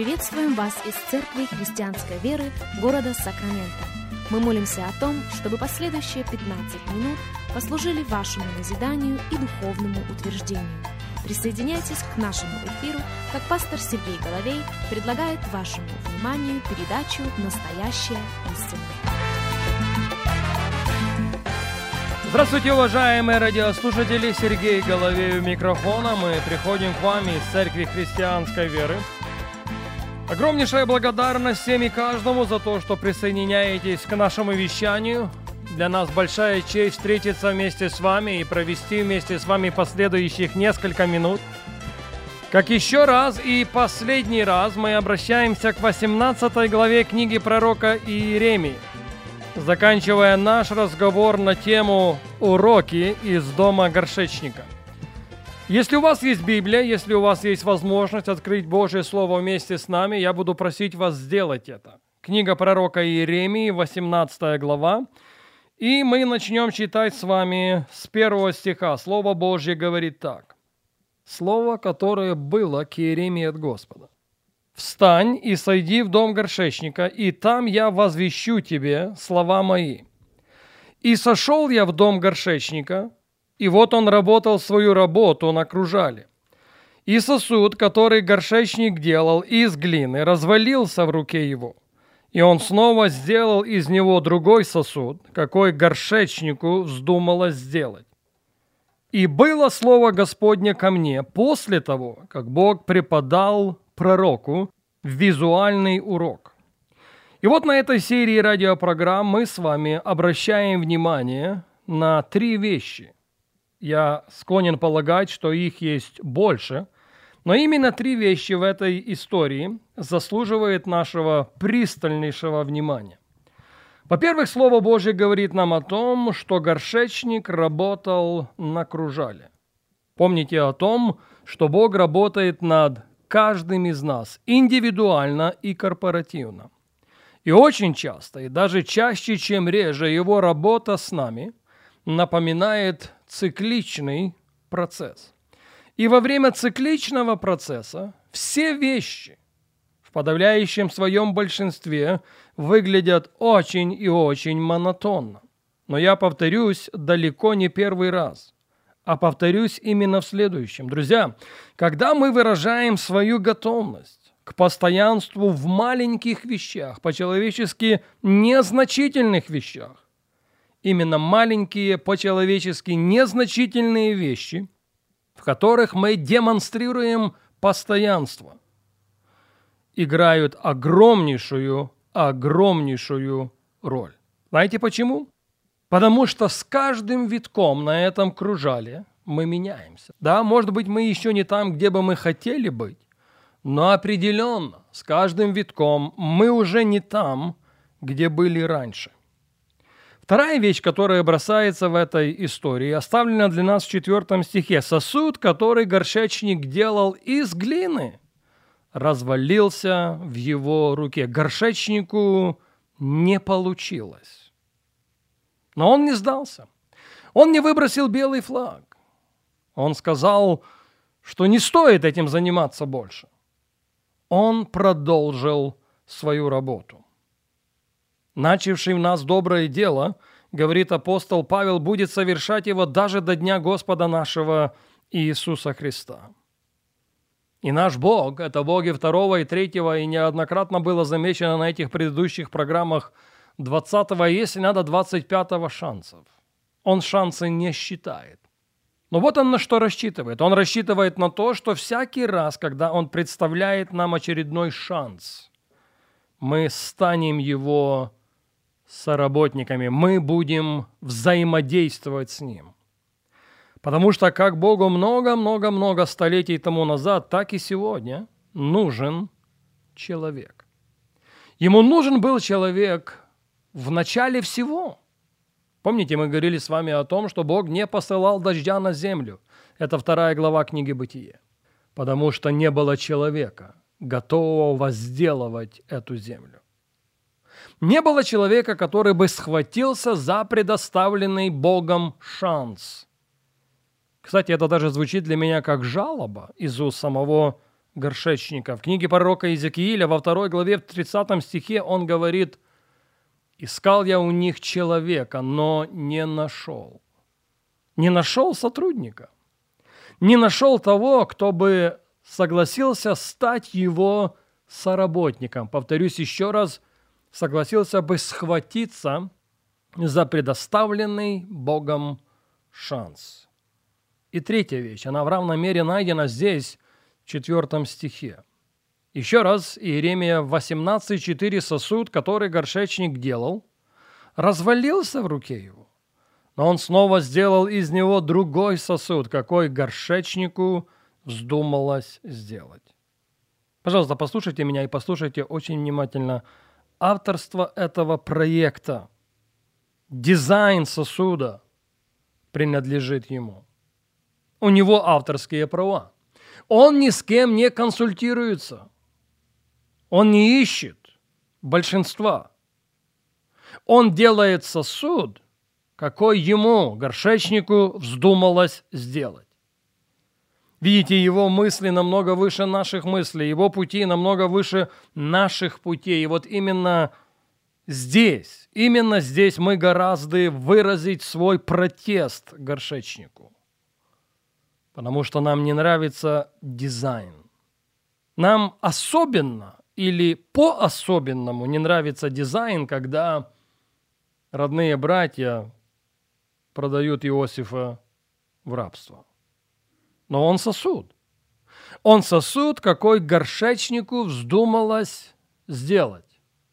Приветствуем вас из Церкви Христианской Веры города Сакраменто. Мы молимся о том, чтобы последующие 15 минут послужили вашему назиданию и духовному утверждению. Присоединяйтесь к нашему эфиру, как пастор Сергей Головей предлагает вашему вниманию передачу «Настоящая истина». Здравствуйте, уважаемые радиослушатели! Сергей Головей у микрофона. Мы приходим к вам из Церкви Христианской Веры. Огромнейшая благодарность всем и каждому за то, что присоединяетесь к нашему вещанию. Для нас большая честь встретиться вместе с вами и провести вместе с вами последующих несколько минут. Как еще раз и последний раз мы обращаемся к 18 главе книги пророка Иеремии, заканчивая наш разговор на тему «Уроки из дома горшечника». Если у вас есть Библия, если у вас есть возможность открыть Божье Слово вместе с нами, я буду просить вас сделать это. Книга пророка Иеремии, 18 глава. И мы начнем читать с вами с 1 стиха. Слово Божье говорит так. Слово, которое было к Иеремии от Господа. «Встань и сойди в дом горшечника, и там я возвещу тебе слова мои. И сошел я в дом горшечника, и вот он работал свою работу на кружале. И сосуд, который горшечник делал из глины, развалился в руке его. И он снова сделал из него другой сосуд, какой горшечнику вздумалось сделать. И было слово Господне ко мне после того, как Бог преподал пророку визуальный урок». И вот на этой серии радиопрограмм мы с вами обращаем внимание на три вещи. Я склонен полагать, что их есть больше, но именно три вещи в этой истории заслуживают нашего пристальнейшего внимания. Во-первых, Слово Божье говорит нам о том, что горшечник работал на кружале. Помните о том, что Бог работает над каждым из нас индивидуально и корпоративно. И очень часто, и даже чаще, чем реже, Его работа с нами напоминает цикличный процесс. И во время цикличного процесса все вещи в подавляющем своем большинстве выглядят очень и очень монотонно. Но я повторюсь далеко не первый раз, а повторюсь именно в следующем. Друзья, когда мы выражаем свою готовность к постоянству в маленьких вещах, по-человечески незначительных вещах, именно маленькие, по-человечески незначительные вещи, в которых мы демонстрируем постоянство, играют огромнейшую роль. Знаете почему? Потому что с каждым витком на этом кружале мы меняемся. Да, может быть, мы еще не там, где бы мы хотели быть, но определенно с каждым витком мы уже не там, где были раньше. Вторая вещь, которая бросается в этой истории, оставлена для нас в 4 стихе. Сосуд, который горшечник делал из глины, развалился в его руке. Горшечнику не получилось. Но он не сдался. Он не выбросил белый флаг. Он сказал, что не стоит этим заниматься больше. Он продолжил свою работу. «Начавший в нас доброе дело, — говорит апостол Павел, — будет совершать его даже до дня Господа нашего Иисуса Христа». И наш Бог — это боги 2 и 3, и неоднократно было замечено на этих предыдущих программах 20, если надо, 25 шансов. Он шансы не считает. Но вот он на что рассчитывает. Он рассчитывает на то, что всякий раз, когда он представляет нам очередной шанс, мы станем его соработниками, мы будем взаимодействовать с ним. Потому что как Богу много столетий тому назад, так и сегодня нужен человек. Ему нужен был человек в начале всего. Помните, мы говорили с вами о том, что Бог не посылал дождя на землю. Это 2 глава книги Бытие. Потому что не было человека, готового возделывать эту землю. Не было человека, который бы схватился за предоставленный Богом шанс. Кстати, это даже звучит для меня как жалоба из уст самого горшечника. В книге пророка Иезекииля во 2 главе в 30 стихе он говорит: «Искал я у них человека, но не нашел». Не нашел сотрудника. Не нашел того, кто бы согласился стать его соработником. Повторюсь еще раз, согласился бы схватиться за предоставленный Богом шанс. И третья вещь, она в равной мере найдена здесь, в 4 стихе. Еще раз, Иеремия 18:4 сосуд, который горшечник делал, развалился в руке его, но он снова сделал из него другой сосуд, какой горшечнику вздумалось сделать. Пожалуйста, послушайте меня и послушайте очень внимательно. Авторство этого проекта, дизайн сосуда принадлежит ему. У него авторские права. Он ни с кем не консультируется. Он не ищет большинства. Он делает сосуд, какой ему, горшечнику, вздумалось сделать. Видите, его мысли намного выше наших мыслей, его пути намного выше наших путей. И вот именно здесь мы гораздо выразить свой протест горшечнику. Потому что нам не нравится дизайн. Нам особенно или по-особенному не нравится дизайн, когда родные братья продают Иосифа в рабство. Но он сосуд. Он сосуд, какой горшечнику вздумалось сделать.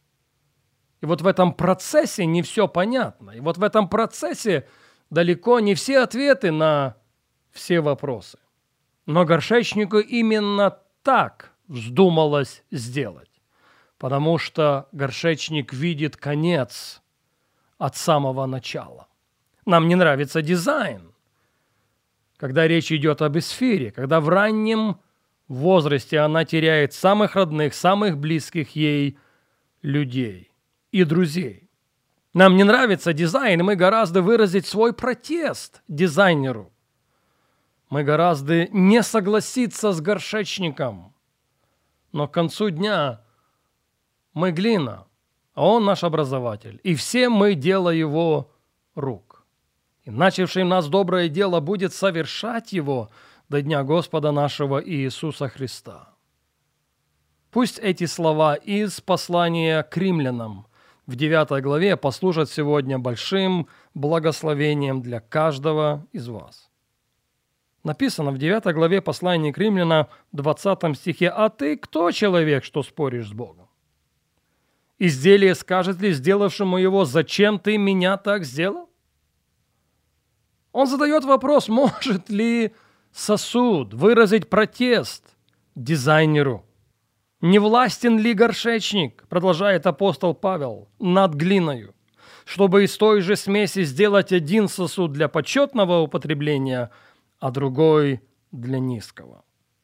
И вот в этом процессе не все понятно. И вот в этом процессе далеко не все ответы на все вопросы. Но горшечнику именно так вздумалось сделать. Потому что горшечник видит конец от самого начала. Нам не нравится дизайн, когда речь идет об Эсфире, когда в раннем возрасте она теряет самых родных, самых близких ей людей и друзей. Нам не нравится дизайн, и мы гораздо выразить свой протест дизайнеру. Мы гораздо не согласиться с горшечником. Но к концу дня мы глина, а он наш образователь, и все мы дело его рук. И начавший в нас доброе дело будет совершать его до дня Господа нашего Иисуса Христа. Пусть эти слова из послания к римлянам в 9 главе послужат сегодня большим благословением для каждого из вас. Написано в 9 главе послания к римлянам в 20 стихе: «А ты кто, человек, что споришь с Богом? Изделие скажет ли сделавшему его: зачем ты меня так сделал?» Он задает вопрос, может ли сосуд выразить протест дизайнеру. «Не властен ли горшечник, продолжает апостол Павел, над глиною, чтобы из той же смеси сделать один сосуд для почетного употребления, а другой для низкого?»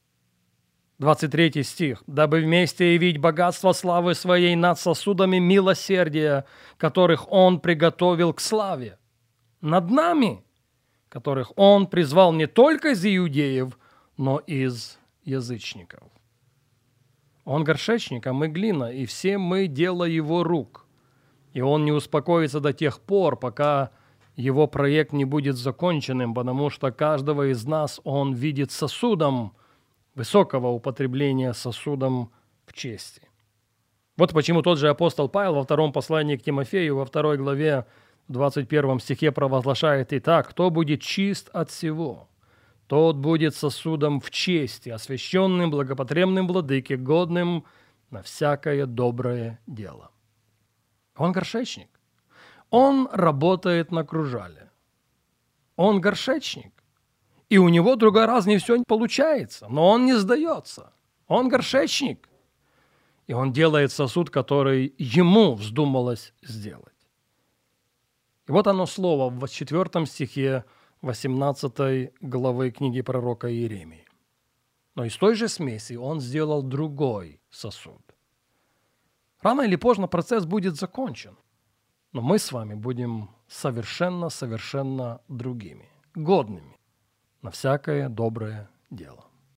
23 стих. «Дабы вместе явить богатство славы своей над сосудами милосердия, которых Он приготовил к славе, над нами, которых Он призвал не только из иудеев, но из язычников». Он горшечник, а мы глина, и все мы дело Его рук. И Он не успокоится до тех пор, пока Его проект не будет законченным, потому что каждого из нас Он видит сосудом высокого употребления, сосудом в чести. Вот почему тот же апостол Павел во 2 послании к Тимофею, во 2 главе, в 21 стихе провозглашает: «Итак, кто будет чист от всего, тот будет сосудом в чести, освященным благопотребным владыке, годным на всякое доброе дело». Он горшечник. Он работает на кружале. Он горшечник. И у него другой раз не все получается, но он не сдается. Он горшечник. И он делает сосуд, который ему вздумалось сделать. И вот оно слово в 4 стихе 18 главы книги пророка Иеремии. «Но из той же смеси он сделал другой сосуд». Рано или поздно процесс будет закончен, но мы с вами будем совершенно другими, годными на всякое доброе дело.